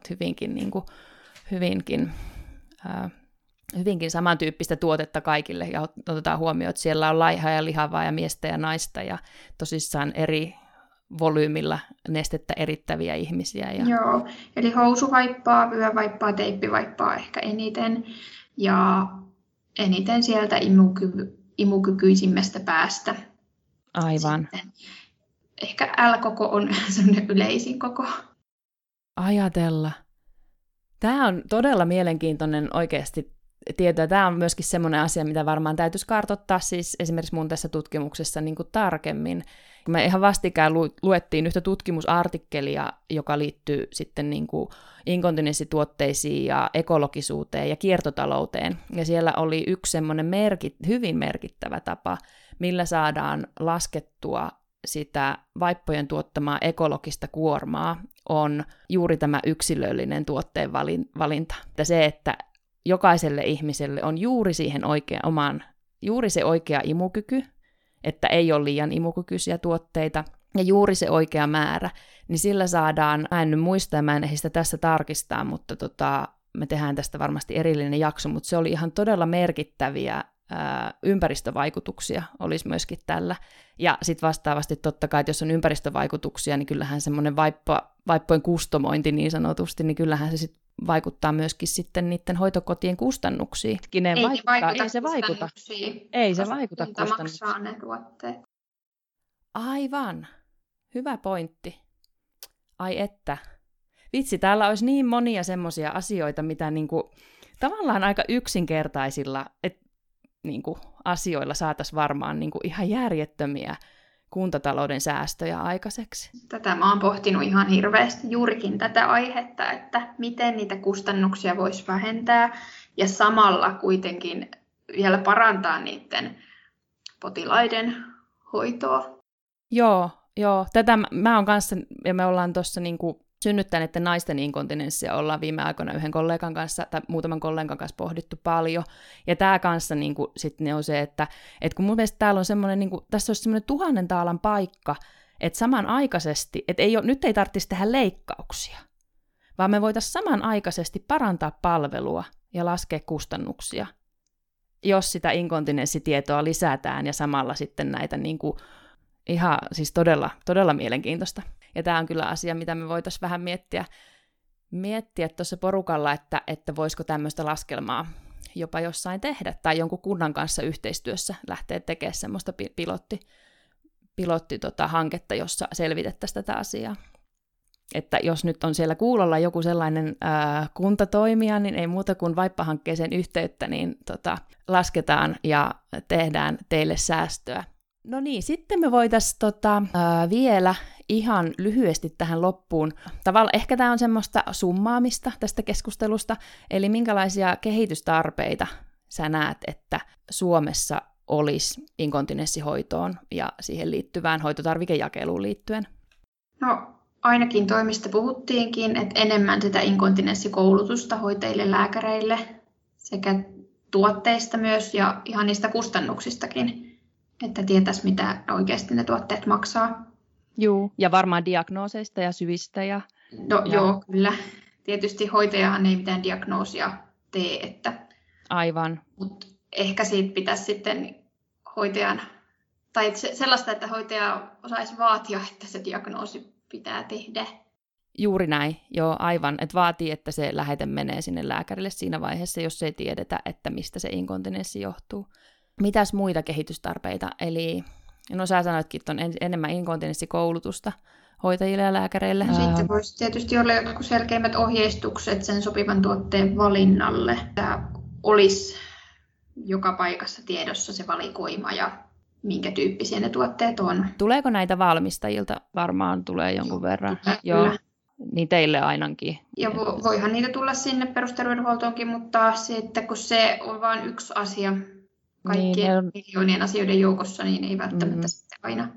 [SPEAKER 2] hyvinkin samantyyppistä tuotetta kaikille, ja otetaan huomioon, että siellä on laihaa ja lihavaa ja miestä ja naista, ja tosissaan eri volyymilla nestettä erittäviä ihmisiä.
[SPEAKER 3] Joo, eli housuvaippaa, vyövaippaa, teippivaippaa ehkä eniten, ja eniten sieltä imukykyisimmästä päästä.
[SPEAKER 2] Aivan.
[SPEAKER 3] Sitten ehkä L-koko on sellainen yleisin koko.
[SPEAKER 2] Ajatella. Tämä on todella mielenkiintoinen oikeasti tieto. Tämä on myöskin semmoinen asia, mitä varmaan täytyisi kartoittaa siis esimerkiksi mun tässä tutkimuksessa niin kuin tarkemmin. Me ihan vastikään luettiin yhtä tutkimusartikkelia, joka liittyy sitten niin kuin inkontinenssituotteisiin ja ekologisuuteen ja kiertotalouteen. Ja siellä oli yksi semmoinen hyvin merkittävä tapa, millä saadaan laskettua sitä vaippojen tuottamaa ekologista kuormaa, on juuri tämä yksilöllinen tuotteen valinta. Se, että jokaiselle ihmiselle on juuri siihen juuri se oikea imukyky, että ei ole liian imukykyisiä tuotteita, ja juuri se oikea määrä, niin sillä saadaan, mä en nyt muista ja mä en ehdi sitä tässä tarkistaa, mutta me tehdään tästä varmasti erillinen jakso, mutta se oli ihan todella merkittäviä ympäristövaikutuksia olisi myöskin tällä. Ja sitten vastaavasti totta kai, että jos on ympäristövaikutuksia, niin kyllähän semmoinen vaippojen kustomointi niin sanotusti, niin kyllähän se sitten vaikuttaa myöskin sitten niiden hoitokotien kustannuksiin.
[SPEAKER 3] Ei se vaikuta
[SPEAKER 2] kustannuksiin.
[SPEAKER 3] Maksaa ne tuotteet.
[SPEAKER 2] Aivan. Hyvä pointti. Ai että. Vitsi, täällä olisi niin monia semmoisia asioita, mitä niinku, tavallaan aika yksinkertaisilla niinku, asioilla saataisiin varmaan niinku, ihan järjettömiä kuntatalouden säästöjä aikaiseksi.
[SPEAKER 3] Tätä mä oon pohtinut ihan hirveästi, juurikin tätä aihetta, että miten niitä kustannuksia voisi vähentää ja samalla kuitenkin vielä parantaa niiden potilaiden hoitoa.
[SPEAKER 2] Joo. Tätä mä oon kanssa, ja me ollaan tuossa niinku synnyttäneiden naisten inkontinenssia ollaan viime aikoina yhden kollegan kanssa, tai muutaman kollegan kanssa pohdittu paljon, ja tämä kanssa niinku, sitten on se, että kun mun mielestä täällä on semmoinen, niinku, tässä olisi semmoinen 1000 taalan paikka, että samanaikaisesti, että nyt ei tarvitsisi tehdä leikkauksia, vaan me voitaisiin samanaikaisesti parantaa palvelua ja laskea kustannuksia, jos sitä inkontinenssitietoa lisätään, ja samalla sitten näitä niinku, ihan siis todella, todella mielenkiintoista. Ja tämä on kyllä asia, mitä me voitaisiin vähän miettiä tuossa porukalla, että voisiko tämmöistä laskelmaa jopa jossain tehdä, tai jonkun kunnan kanssa yhteistyössä lähteä tekemään semmoista hanketta, jossa selvitettäisiin tätä asiaa. Että jos nyt on siellä kuulolla joku sellainen kuntatoimija, niin ei muuta kuin vaippahankkeeseen yhteyttä, niin lasketaan ja tehdään teille säästöä. No niin, sitten me voitaisiin vielä ihan lyhyesti tähän loppuun. Ehkä tämä on semmoista summaamista tästä keskustelusta, eli minkälaisia kehitystarpeita sä näet, että Suomessa olisi inkontinenssihoitoon ja siihen liittyvään hoitotarvikejakeluun liittyen?
[SPEAKER 3] No ainakin toimista puhuttiinkin, että enemmän sitä inkontinenssikoulutusta hoitajille, lääkäreille sekä tuotteista myös ja ihan niistä kustannuksistakin. Että tietäisi, mitä oikeasti ne tuotteet maksaa.
[SPEAKER 2] Joo, ja varmaan diagnooseista ja syistä.
[SPEAKER 3] Joo, kyllä. Tietysti hoitajahan ei mitään diagnoosia tee.
[SPEAKER 2] Aivan.
[SPEAKER 3] Mutta ehkä siitä pitäisi sitten hoitajan, tai sellaista, että hoitaja osaisi vaatia, että se diagnoosi pitää tehdä.
[SPEAKER 2] Juuri näin, joo, aivan. Että vaatii, että se lähete menee sinne lääkärille siinä vaiheessa, jos ei tiedetä, että mistä se inkontinenssi johtuu. Mitäs muita kehitystarpeita? Eli, no sä sanoitkin, että on enemmän inkontinenssikoulutusta hoitajille ja lääkäreille.
[SPEAKER 3] No sitten voisi tietysti olla jotkut selkeimmät ohjeistukset sen sopivan tuotteen valinnalle. Tämä olisi joka paikassa tiedossa se valikoima ja minkä tyyppisiä ne tuotteet on.
[SPEAKER 2] Tuleeko näitä valmistajilta? Varmaan tulee jonkun verran.
[SPEAKER 3] Kyllä.
[SPEAKER 2] Joo. Niin teille ainakin.
[SPEAKER 3] Ja voihan niitä tulla sinne perusterveydenhuoltoonkin, mutta sitten kun se on vain yksi asia kaikkien miljoonien asioiden joukossa, niin ei välttämättä sitten aina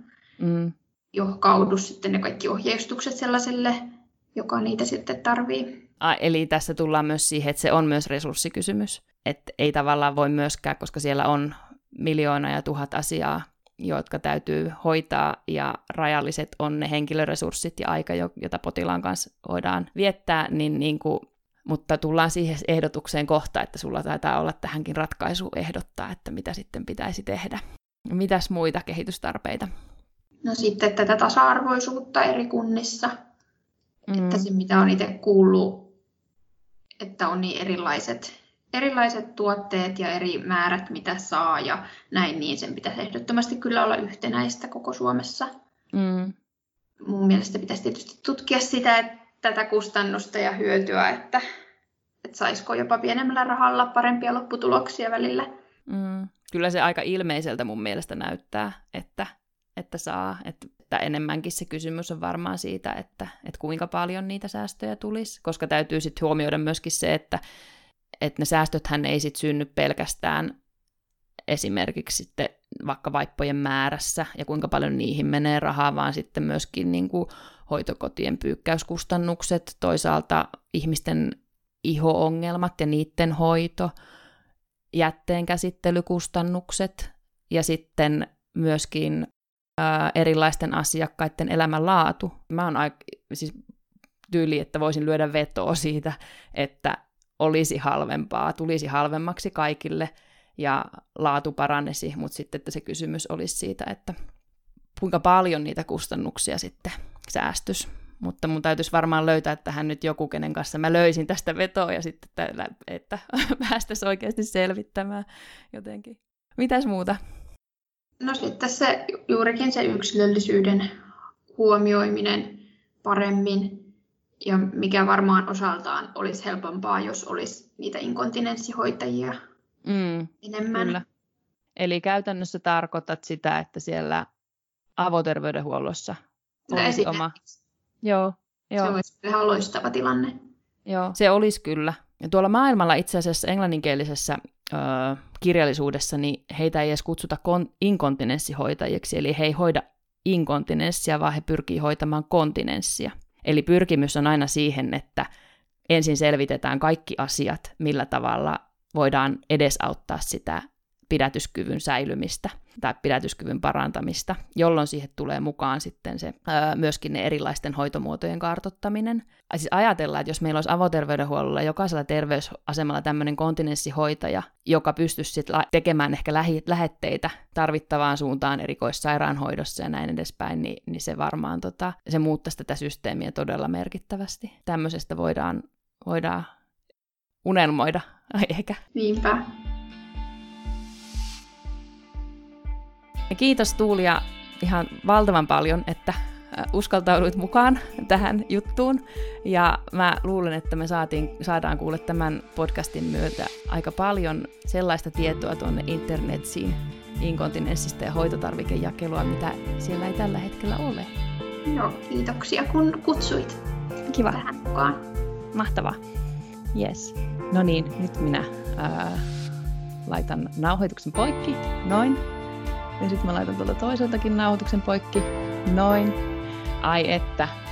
[SPEAKER 3] johkaudu sitten ne kaikki ohjeistukset sellaiselle, joka niitä sitten tarvii.
[SPEAKER 2] Eli tässä tullaan myös siihen, että se on myös resurssikysymys. Että ei tavallaan voi myöskään, koska siellä on 1,000,000 ja 1,000 asiaa, jotka täytyy hoitaa, ja rajalliset on ne henkilöresurssit ja aika, jota potilaan kanssa voidaan viettää, mutta tullaan siihen ehdotukseen kohta, että sulla taitaa olla tähänkin ratkaisu ehdottaa, että mitä sitten pitäisi tehdä. Mitäs muita kehitystarpeita?
[SPEAKER 3] No sitten tätä tasa-arvoisuutta eri kunnissa, että se mitä on itse kuullut, että on niin erilaiset tuotteet ja eri määrät, mitä saa ja näin, niin sen pitäisi ehdottomasti kyllä olla yhtenäistä koko Suomessa. Mun mielestä pitäisi tietysti tutkia tätä kustannusta ja hyötyä, että saisiko jopa pienemmällä rahalla parempia lopputuloksia välillä.
[SPEAKER 2] Kyllä se aika ilmeiseltä mun mielestä näyttää, että saa. Että enemmänkin se kysymys on varmaan siitä, että kuinka paljon niitä säästöjä tulisi, koska täytyy sitten huomioida myöskin se, että ne säästöthän ei sitten synny pelkästään esimerkiksi sitten vaikka vaippojen määrässä ja kuinka paljon niihin menee rahaa, vaan sitten myöskin niin kuin hoitokotien pyykkäyskustannukset, toisaalta ihmisten iho-ongelmat ja niiden hoito, jätteen käsittelykustannukset ja sitten myöskin erilaisten asiakkaiden elämänlaatu. Mä oon siis tyyli, että voisin lyödä vetoa siitä, että olisi halvempaa, tulisi halvemmaksi kaikille ja laatu paranesi, mutta sitten että se kysymys olisi siitä, että kuinka paljon niitä kustannuksia sitten säästyisi. Mutta mun täytyisi varmaan löytää tähän nyt joku, kenen kanssa mä löysin tästä vetoa ja sitten, että päästäisiin oikeasti selvittämään jotenkin. Mitäs muuta?
[SPEAKER 3] No sitten juurikin se yksilöllisyyden huomioiminen paremmin, ja mikä varmaan osaltaan olisi helpompaa, jos olisi niitä inkontinenssihoitajia enemmän.
[SPEAKER 2] Kyllä. Eli käytännössä tarkoitat sitä, että siellä avoterveydenhuollossa olisi oma... Joo.
[SPEAKER 3] Se olisi ihan loistava tilanne.
[SPEAKER 2] Joo, se olisi kyllä. Ja tuolla maailmalla itse asiassa englanninkielisessä kirjallisuudessa niin heitä ei edes kutsuta inkontinenssihoitajiksi, eli he ei hoida inkontinenssia, vaan he pyrkii hoitamaan kontinenssia. Eli pyrkimys on aina siihen, että ensin selvitetään kaikki asiat, millä tavalla voidaan edesauttaa sitä pidätyskyvyn säilymistä tai pidätyskyvyn parantamista, jolloin siihen tulee mukaan sitten se, myöskin ne erilaisten hoitomuotojen kartoittaminen. Siis ajatellaan, että jos meillä olisi avoterveydenhuollolla jokaisella terveysasemalla tämmöinen kontinenssihoitaja, joka pystyisi sitten tekemään ehkä lähetteitä tarvittavaan suuntaan erikoissairaanhoidossa ja näin edespäin, niin se varmaan se muuttaisi tätä systeemiä todella merkittävästi. Tämmöisestä voidaan unelmoida, ehkä.
[SPEAKER 3] Niinpä.
[SPEAKER 2] Ja kiitos Tuulia ihan valtavan paljon, että uskaltauduit mukaan tähän juttuun. Ja mä luulen, että me saadaan kuulla tämän podcastin myötä aika paljon sellaista tietoa tuonne internetsiin inkontinenssista ja hoitotarvikejakelua, mitä siellä ei tällä hetkellä ole.
[SPEAKER 3] Joo, kiitoksia kun kutsuit.
[SPEAKER 2] Kiva.
[SPEAKER 3] Tähän mukaan.
[SPEAKER 2] Mahtavaa. Yes. No niin, nyt minä laitan nauhoituksen poikki. Noin. Ja sitten mä laitan tuolta toiseltakin nauhoituksen poikki. Noin. Ai että.